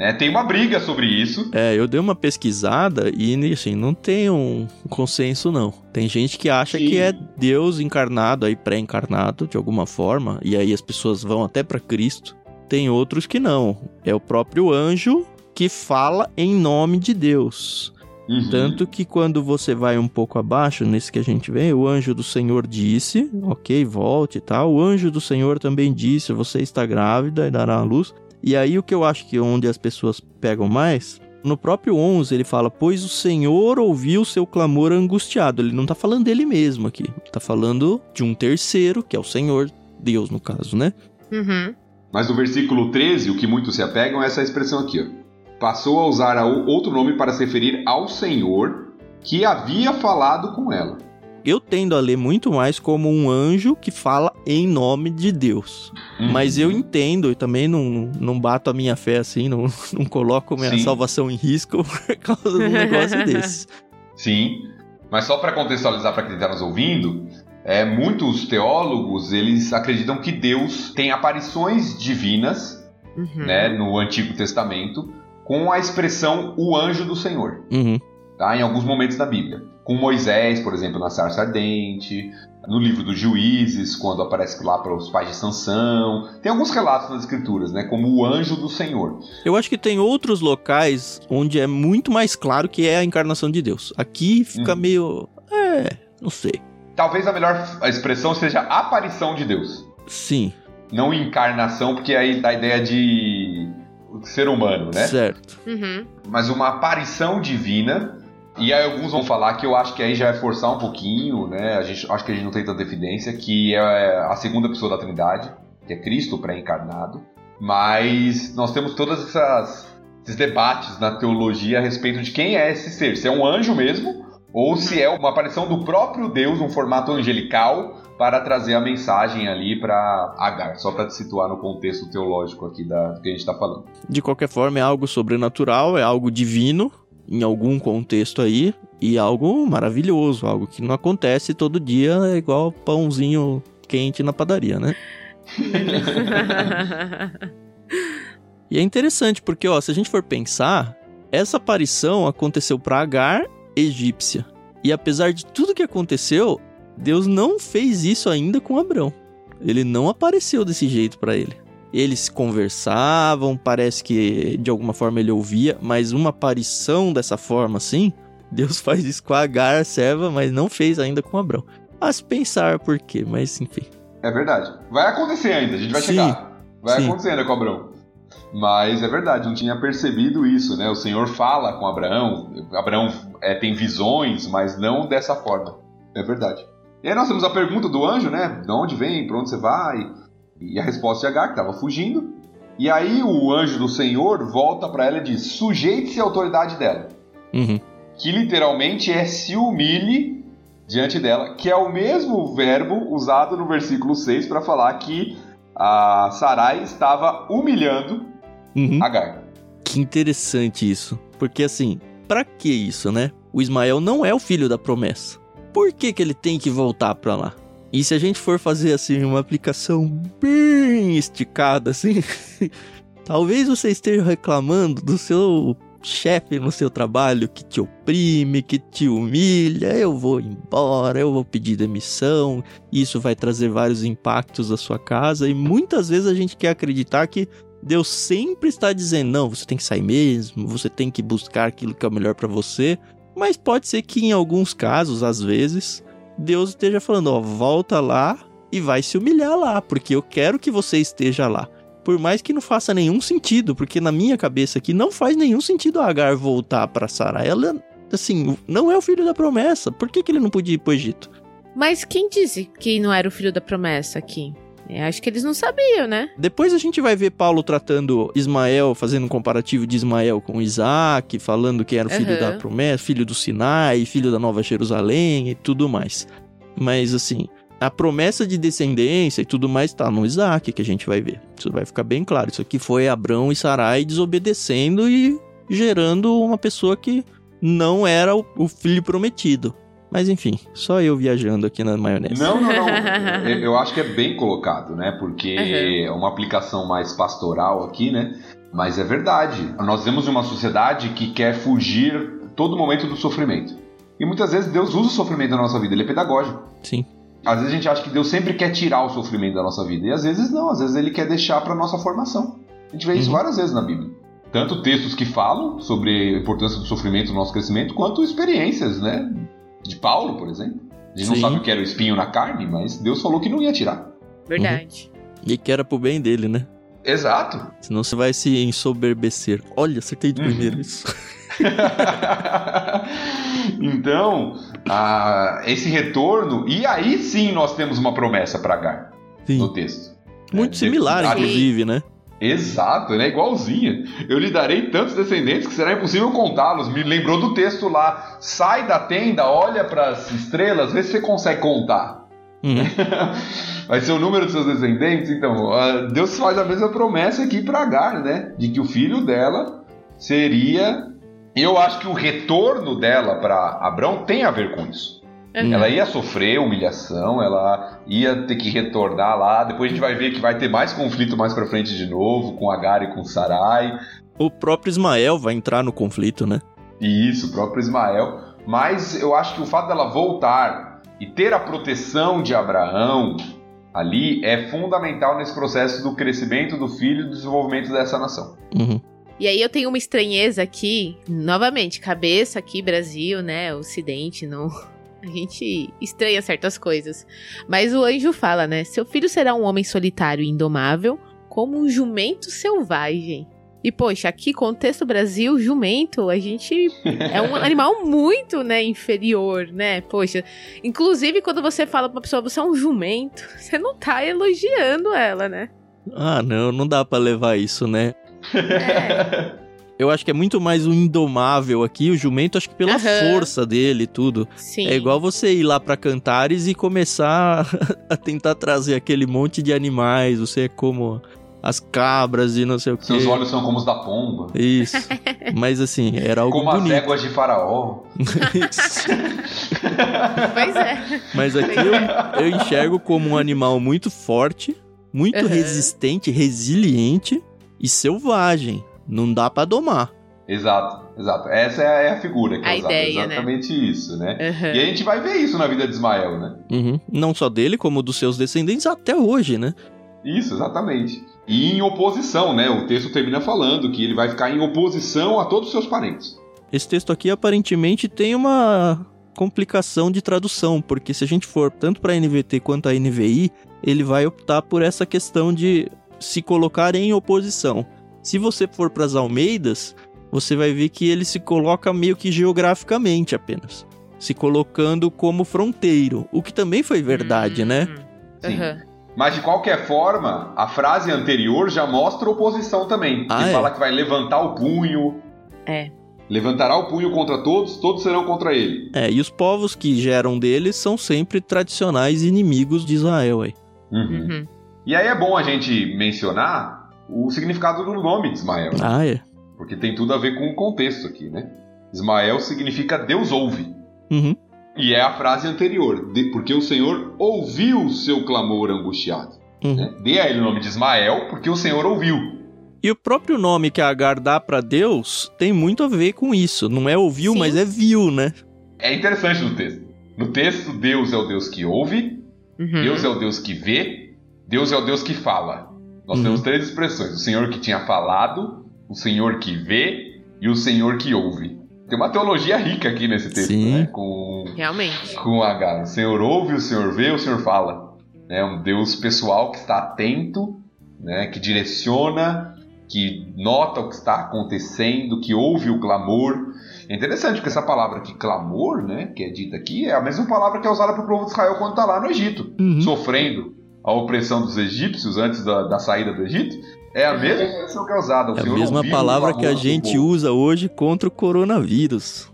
Né? Tem uma briga sobre isso. É, eu dei uma pesquisada e, assim, não tem um consenso, não. Tem gente que acha Sim. que é Deus encarnado, aí pré-encarnado, de alguma forma, e aí as pessoas vão até para Cristo. Tem outros que não. É o próprio anjo que fala em nome de Deus. Uhum. Tanto que quando você vai um pouco abaixo, nesse que a gente vê, o anjo do Senhor disse, ok, volte e tal. O anjo do Senhor também disse, você está grávida e dará à luz. E aí o que eu acho que onde as pessoas pegam mais, no próprio onze ele fala, pois o Senhor ouviu seu clamor angustiado. Ele não está falando dele mesmo aqui, está falando de um terceiro, que é o Senhor, Deus no caso, né? Uhum. Mas no versículo treze, o que muitos se apegam é essa expressão aqui, ó. Passou a usar outro nome para se referir ao Senhor que havia falado com ela. Eu tendo a ler muito mais como um anjo que fala em nome de Deus. Uhum. Mas eu entendo e também não, não bato a minha fé assim, não, não coloco a minha Sim. salvação em risco por causa de um negócio desse. Sim, mas só para contextualizar para quem está nos ouvindo, é, muitos teólogos eles acreditam que Deus tem aparições divinas uhum. né, no Antigo Testamento com a expressão o anjo do Senhor. Uhum. Tá, em alguns momentos da Bíblia. Com Moisés, por exemplo, na sarça ardente, no livro dos Juízes, quando aparece lá para os pais de Sansão. Tem alguns relatos nas escrituras, né, como o anjo do Senhor. Eu acho que tem outros locais onde é muito mais claro que é a encarnação de Deus. Aqui fica hum. meio... é, não sei. Talvez a melhor expressão seja aparição de Deus. Sim. Não encarnação, porque aí dá a ideia de ser humano, né? Certo. Uhum. Mas uma aparição divina... E aí alguns vão falar que eu acho que aí já é forçar um pouquinho, né? A gente, acho que a gente não tem tanta evidência, que é a segunda pessoa da Trindade, que é Cristo pré-encarnado. Mas nós temos todos esses debates na teologia a respeito de quem é esse ser. Se é um anjo mesmo, ou se é uma aparição do próprio Deus, um formato angelical, para trazer a mensagem ali para Agar. Só para te situar no contexto teológico aqui da, do que a gente está falando. De qualquer forma, é algo sobrenatural, é algo divino, em algum contexto aí, e algo maravilhoso, algo que não acontece todo dia, é igual pãozinho quente na padaria, né? E é interessante porque, ó, se a gente for pensar, essa aparição aconteceu para Agar, egípcia. E apesar de tudo que aconteceu, Deus não fez isso ainda com Abrão. Ele não apareceu desse jeito para ele. Eles conversavam, parece que de alguma forma ele ouvia, mas uma aparição dessa forma assim, Deus faz isso com a Agar, serva, mas não fez ainda com Abrão. A se pensar por quê, mas enfim. É verdade. Vai acontecer ainda, a gente vai sim, chegar. Vai sim. acontecer ainda com Abrão. Mas é verdade, não tinha percebido isso, né? O Senhor fala com Abraão, Abraão é, tem visões, mas não dessa forma. É verdade. E aí nós temos a pergunta do anjo, né? De onde vem, para onde você vai? E a resposta de Agar, que estava fugindo. E aí o anjo do Senhor volta para ela e diz, sujeite-se à autoridade dela. Uhum. Que literalmente é se humilhe diante dela, que é o mesmo verbo usado no versículo seis para falar que a Sarai estava humilhando uhum. Agar. Que interessante isso. Porque assim, para que isso, né? O Ismael não é o filho da promessa. Por que que ele tem que voltar para lá? E se a gente for fazer, assim, uma aplicação bem esticada, assim, talvez você esteja reclamando do seu chefe no seu trabalho que te oprime, que te humilha, eu vou embora, eu vou pedir demissão, isso vai trazer vários impactos à sua casa, e muitas vezes a gente quer acreditar que Deus sempre está dizendo, não, você tem que sair mesmo, você tem que buscar aquilo que é o melhor para você, mas pode ser que em alguns casos, às vezes... Deus esteja falando, ó, volta lá e vai se humilhar lá, porque eu quero que você esteja lá. Por mais que não faça nenhum sentido, porque na minha cabeça aqui não faz nenhum sentido a Agar voltar para Sarai. Ela, assim, não é o filho da promessa. Por que que ele não podia ir pro Egito? Mas quem disse que não era o filho da promessa aqui? Eu acho que eles não sabiam, né? Depois a gente vai ver Paulo tratando Ismael, fazendo um comparativo de Ismael com Isaac, falando que era o filho uhum. da promessa, filho do Sinai, filho da Nova Jerusalém e tudo mais. Mas assim, a promessa de descendência e tudo mais tá no Isaac, que a gente vai ver. Isso vai ficar bem claro. Isso aqui foi Abrão e Sarai desobedecendo e gerando uma pessoa que não era o, o filho prometido. Mas enfim, só eu viajando aqui na maionese. Não, não, não. Eu acho que é bem colocado, né? Porque uhum. é uma aplicação mais pastoral aqui, né? Mas é verdade. Nós vivemos em uma sociedade que quer fugir todo momento do sofrimento. E muitas vezes Deus usa o sofrimento na nossa vida, ele é pedagógico. Sim. Às vezes a gente acha que Deus sempre quer tirar o sofrimento da nossa vida. E às vezes não, às vezes ele quer deixar para nossa formação. A gente vê isso uhum. várias vezes na Bíblia. Tanto textos que falam sobre a importância do sofrimento no nosso crescimento, quanto experiências, né? De Paulo, por exemplo. A gente Sim. não sabe o que era o espinho na carne, mas Deus falou que não ia tirar. Verdade. Uhum. E que era pro bem dele, né? Exato. Senão você vai se ensoberbecer. Olha, acertei de primeiro uhum. isso. Então, ah, esse retorno, e aí sim nós temos uma promessa para Agar sim. no texto. Muito é, similar, de... inclusive, né? Exato, né? Igualzinha. Eu lhe darei tantos descendentes que será impossível contá-los. Me lembrou do texto lá. Sai da tenda, olha para as estrelas, vê se você consegue contar. Uhum. Vai ser o número dos seus descendentes. Então, Deus faz a mesma promessa aqui para Agar, né? De que o filho dela seria... Eu acho que o retorno dela para Abrão tem a ver com isso. Uhum. Ela ia sofrer humilhação, ela ia ter que retornar lá. Depois a gente vai ver que vai ter mais conflito mais pra frente de novo, com Agar e com Sarai. O próprio Ismael vai entrar no conflito, né? Isso, o próprio Ismael. Mas eu acho que o fato dela voltar e ter a proteção de Abraão ali é fundamental nesse processo do crescimento do filho e do desenvolvimento dessa nação. Uhum. E aí eu tenho uma estranheza aqui, novamente, cabeça aqui, Brasil, né, Ocidente, não... A gente estranha certas coisas. Mas o anjo fala, né? Seu filho será um homem solitário e indomável, como um jumento selvagem. E, poxa, aqui, contexto Brasil, jumento, a gente é um animal muito, né, inferior, né? Poxa, inclusive, quando você fala pra uma pessoa, você é um jumento, você não tá elogiando ela, né? Ah, não, não dá pra levar isso, né? É... Eu acho que é muito mais o indomável aqui, o jumento, acho que pela uhum. força dele e tudo. Sim. É igual você ir lá pra Cantares e começar a tentar trazer aquele monte de animais, você é como as cabras e não sei o quê. Seus olhos são como os da pomba. Isso. Mas assim, era algo como bonito. Como as éguas de Faraó. Isso. Pois é. Mas aqui eu, eu enxergo como um animal muito forte, muito uhum. resistente, resiliente e selvagem. Não dá pra domar. Exato, exato. Essa é a figura que a é usada. Ideia, exatamente né? isso, né? Uhum. E a gente vai ver isso na vida de Ismael, né? Uhum. Não só dele, como dos seus descendentes até hoje, né? Isso, exatamente. E em oposição, né? O texto termina falando que ele vai ficar em oposição a todos os seus parentes. Esse texto aqui aparentemente tem uma complicação de tradução, porque se a gente for tanto para a N V T quanto a N V I, ele vai optar por essa questão de se colocar em oposição. Se você for para as Almeidas, você vai ver que ele se coloca meio que geograficamente apenas, se colocando como fronteiro, o que também foi verdade, hum, né? Sim. Uhum. Mas de qualquer forma, a frase anterior já mostra oposição também. Ah, ele é? fala que vai levantar o punho. É. Levantará o punho contra todos, todos serão contra ele. É, e os povos que geram deles são sempre tradicionais inimigos de Israel aí. Uhum. Uhum. E aí é bom a gente mencionar o significado do nome de Ismael. Ah, é. Porque tem tudo a ver com o contexto aqui, né? Ismael significa Deus ouve. Uhum. E é a frase anterior, de, porque o Senhor ouviu o seu clamor angustiado. Uhum. Né? Dê a ele o nome de Ismael, porque o Senhor ouviu. E o próprio nome que Agar dá pra Deus tem muito a ver com isso. Não é ouviu, Sim. mas é viu, né? É interessante no texto. No texto, Deus é o Deus que ouve, uhum. Deus é o Deus que vê, Deus é o Deus que fala. Nós uhum. temos três expressões. O Senhor que tinha falado, o Senhor que vê e o Senhor que ouve. Tem uma teologia rica aqui nesse texto, Sim. né? Com, Realmente. Com Agar. O Senhor ouve, o Senhor vê, o Senhor fala. É um Deus pessoal que está atento, né? Que direciona, que nota o que está acontecendo, que ouve o clamor. É interessante, porque essa palavra aqui, clamor, né? Que é dita aqui, é a mesma palavra que é usada para o povo de Israel quando está lá no Egito, uhum. sofrendo a opressão dos egípcios antes da, da saída do Egito. É a mesma expressão que é usada. O é a mesma palavra que a gente usa hoje contra o coronavírus.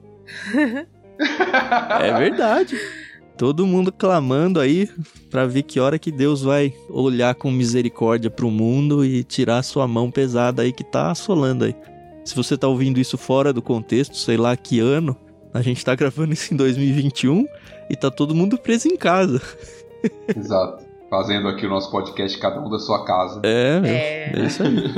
É verdade. Todo mundo clamando aí pra ver que hora que Deus vai olhar com misericórdia pro mundo e tirar a sua mão pesada aí que tá assolando aí. Se você tá ouvindo isso fora do contexto, sei lá que ano, a gente tá gravando isso em dois mil e vinte e um e tá todo mundo preso em casa. Exato. Fazendo aqui o nosso podcast, cada um da sua casa. É, é, é isso aí.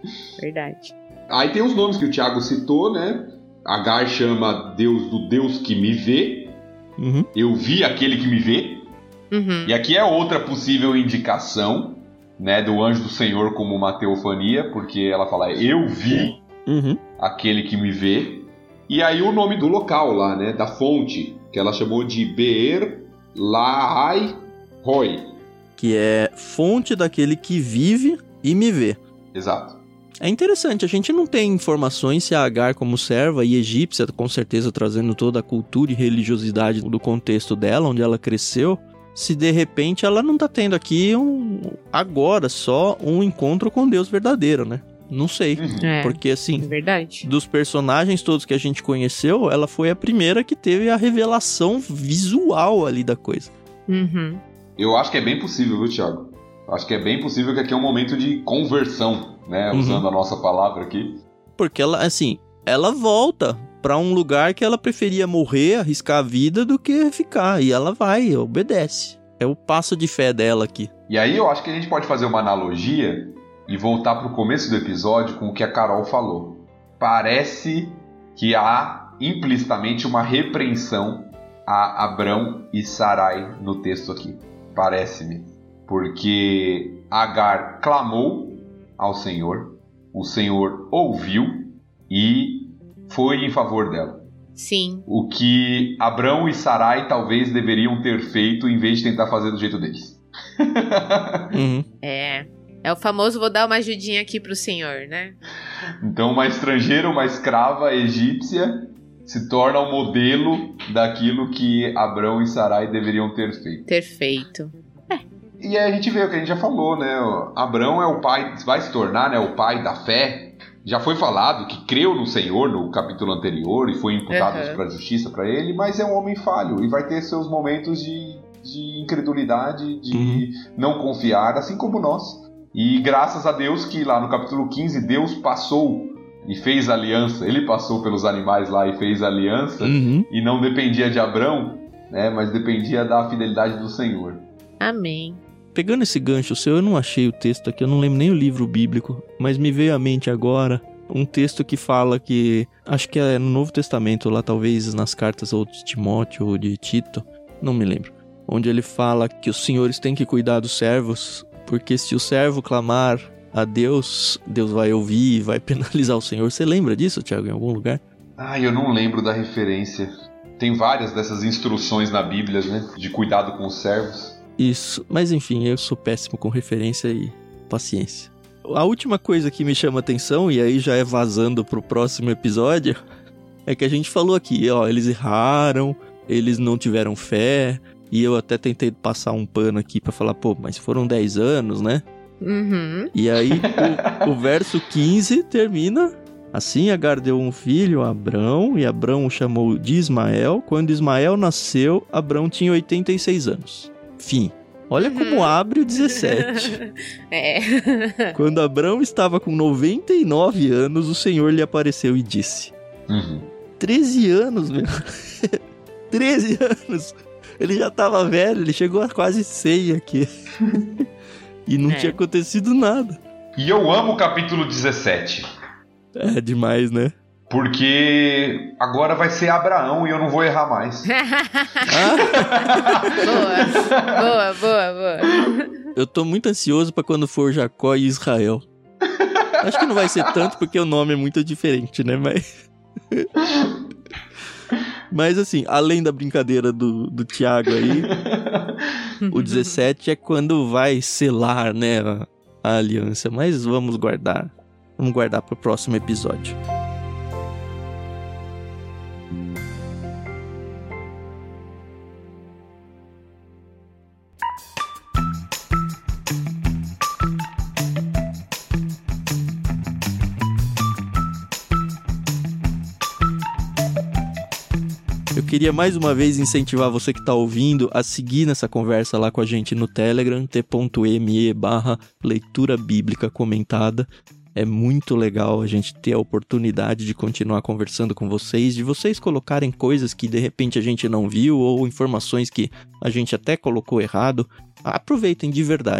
Verdade. Aí tem os nomes que o Thiago citou, né? Agar chama Deus do Deus que me vê. Uhum. Eu vi aquele que me vê. Uhum. E aqui é outra possível indicação, né, do anjo do Senhor como uma teofania, porque ela fala, eu vi uhum. aquele que me vê. E aí o nome do local lá, né, da fonte, que ela chamou de Beer Lahai Roi. Que é fonte daquele que vive e me vê. Exato. É interessante, a gente não tem informações se a Agar como serva e egípcia, com certeza trazendo toda a cultura e religiosidade do contexto dela, onde ela cresceu, se de repente ela não tá tendo aqui um, agora só um encontro com Deus verdadeiro, né? Não sei, É, porque assim, é verdade. dos personagens todos que a gente conheceu, ela foi a primeira que teve a revelação visual ali da coisa. Uhum. Eu acho que é bem possível, viu, Thiago? Acho que é bem possível que aqui é um momento de conversão, né? Usando uhum. a nossa palavra aqui. Porque ela, assim, ela volta pra um lugar que ela preferia morrer, arriscar a vida, do que ficar. E ela vai, obedece. É o passo de fé dela aqui. E aí eu acho que a gente pode fazer uma analogia e voltar pro começo do episódio com o que a Carol falou. Parece que há implicitamente uma repreensão a Abrão e Sarai no texto aqui. Parece-me. Porque Agar clamou ao Senhor, o Senhor ouviu e foi em favor dela. Sim. O que Abrão e Sarai talvez deveriam ter feito em vez de tentar fazer do jeito deles. Uhum. É. É o famoso vou dar uma ajudinha aqui pro senhor, né? Então uma estrangeira, uma escrava egípcia se torna o modelo daquilo que Abrão e Sarai deveriam ter feito. Ter feito. E aí a gente vê o que a gente já falou, né? Abrão é o pai, vai se tornar, né, o pai da fé. Já foi falado que creu no Senhor no capítulo anterior e foi imputado Uhum. para a justiça para ele, mas é um homem falho e vai ter seus momentos de, de incredulidade, de Uhum. não confiar, assim como nós. E graças a Deus que lá no capítulo quinze Deus passou e fez aliança. Ele passou pelos animais lá e fez aliança Uhum. e não dependia de Abrão, né, mas dependia da fidelidade do Senhor. Amém. Pegando esse gancho seu, eu não achei o texto aqui, eu não lembro nem o livro bíblico, mas me veio à mente agora um texto que fala que, acho que é no Novo Testamento, lá talvez nas cartas ou de Timóteo ou de Tito, não me lembro, onde ele fala que os senhores têm que cuidar dos servos, porque se o servo clamar a Deus, Deus vai ouvir e vai penalizar o senhor. Você lembra disso, Thiago, em algum lugar? Ah, eu não lembro da referência. Tem várias dessas instruções na Bíblia, né, de cuidado com os servos. Isso, mas enfim, eu sou péssimo com referência e paciência. A última coisa que me chama atenção, e aí já é vazando pro próximo episódio, é que a gente falou aqui, ó, eles erraram, eles não tiveram fé, e eu até tentei passar um pano aqui pra falar, pô, mas foram dez anos, né? Uhum. E aí o, o verso quinze termina, assim Agar deu um filho a Abrão, e Abrão o chamou de Ismael. Quando Ismael nasceu, Abrão tinha oitenta e seis anos. Fim. Olha Uhum. como abre o dezessete. É. Quando Abrão estava com noventa e nove anos, o Senhor lhe apareceu e disse... Uhum. treze anos, meu. treze anos. Ele já estava velho, ele chegou a quase cem aqui. E não É. tinha acontecido nada. E eu amo o capítulo dezessete, É demais, né? porque agora vai ser Abraão e eu não vou errar mais. Boa, boa, boa, boa. Eu tô muito ansioso pra quando for Jacó e Israel. Acho que não vai ser tanto porque o nome é muito diferente, né? Mas... Mas assim, além da brincadeira do, do Thiago aí, o dezessete é quando vai selar, né, a, a aliança. Mas vamos guardar. Vamos guardar pro próximo episódio. Eu queria mais uma vez incentivar você que está ouvindo a seguir nessa conversa lá com a gente no Telegram, t.me barra leitura bíblica comentada. É muito legal a gente ter a oportunidade de continuar conversando com vocês, de vocês colocarem coisas que de repente a gente não viu ou informações que a gente até colocou errado. Aproveitem de verdade.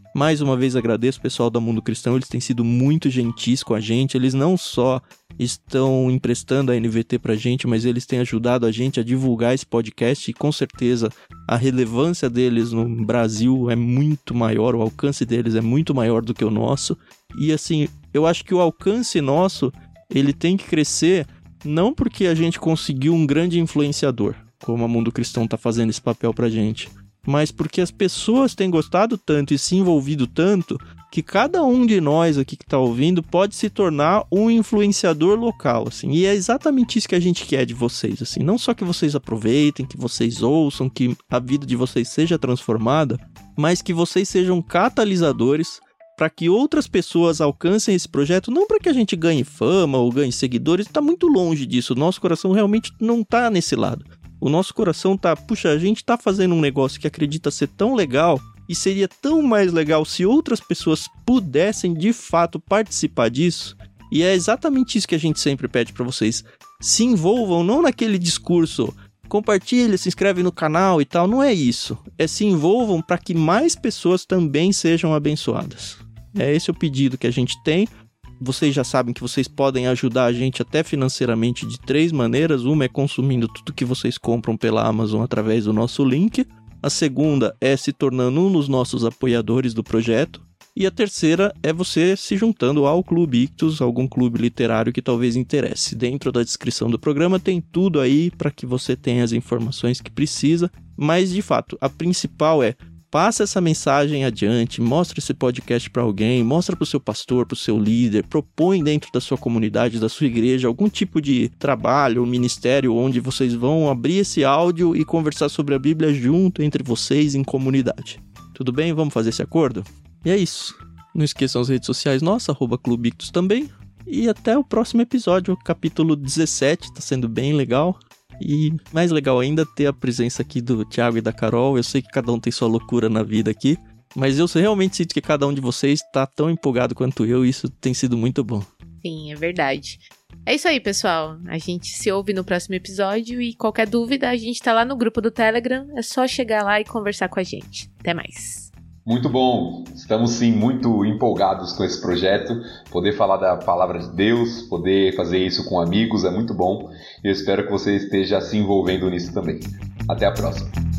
Mais uma vez agradeço o pessoal da Mundo Cristão, eles têm sido muito gentis com a gente, eles não só estão emprestando a N V T pra gente, mas eles têm ajudado a gente a divulgar esse podcast e com certeza a relevância deles no Brasil é muito maior, o alcance deles é muito maior do que o nosso. E assim, eu acho que o alcance nosso, ele tem que crescer não porque a gente conseguiu um grande influenciador, como a Mundo Cristão tá fazendo esse papel pra gente, mas porque as pessoas têm gostado tanto e se envolvido tanto que cada um de nós aqui que está ouvindo pode se tornar um influenciador local, assim. E é exatamente isso que a gente quer de vocês, assim. Não só que vocês aproveitem, que vocês ouçam, que a vida de vocês seja transformada, mas que vocês sejam catalisadores para que outras pessoas alcancem esse projeto, não para que a gente ganhe fama ou ganhe seguidores, está muito longe disso. O nosso coração realmente não está nesse lado. O nosso coração tá, puxa, a gente tá fazendo um negócio que acredita ser tão legal e seria tão mais legal se outras pessoas pudessem de fato participar disso. E é exatamente isso que a gente sempre pede para vocês. Se envolvam não naquele discurso, compartilha, se inscreve no canal e tal, não é isso. É se envolvam para que mais pessoas também sejam abençoadas. É esse o pedido que a gente tem. Vocês já sabem que vocês podem ajudar a gente até financeiramente de três maneiras. Uma é consumindo tudo que vocês compram pela Amazon através do nosso link. A segunda é se tornando um dos nossos apoiadores do projeto. E a terceira é você se juntando ao Clube Ictus, algum clube literário que talvez interesse. Dentro da descrição do programa tem tudo aí para que você tenha as informações que precisa. Mas, de fato, a principal é: passa essa mensagem adiante, mostra esse podcast para alguém, mostra para o seu pastor, para o seu líder, propõe dentro da sua comunidade, da sua igreja, algum tipo de trabalho, ministério, onde vocês vão abrir esse áudio e conversar sobre a Bíblia junto entre vocês em comunidade. Tudo bem? Vamos fazer esse acordo? E é isso. Não esqueçam as redes sociais nossas, arroba Clube Ictus também. E até o próximo episódio, capítulo dezessete, tá sendo bem legal. E mais legal ainda ter a presença aqui do Thiago e da Carol. Eu sei que cada um tem sua loucura na vida aqui, mas eu realmente sinto que cada um de vocês está tão empolgado quanto eu, e isso tem sido muito bom. Sim, é verdade. É isso aí, pessoal. A gente se ouve no próximo episódio e qualquer dúvida, a gente tá lá no grupo do Telegram. É só chegar lá e conversar com a gente. Até mais. Muito bom, estamos sim muito empolgados com esse projeto, poder falar da palavra de Deus, poder fazer isso com amigos é muito bom e eu espero que você esteja se envolvendo nisso também. Até a próxima.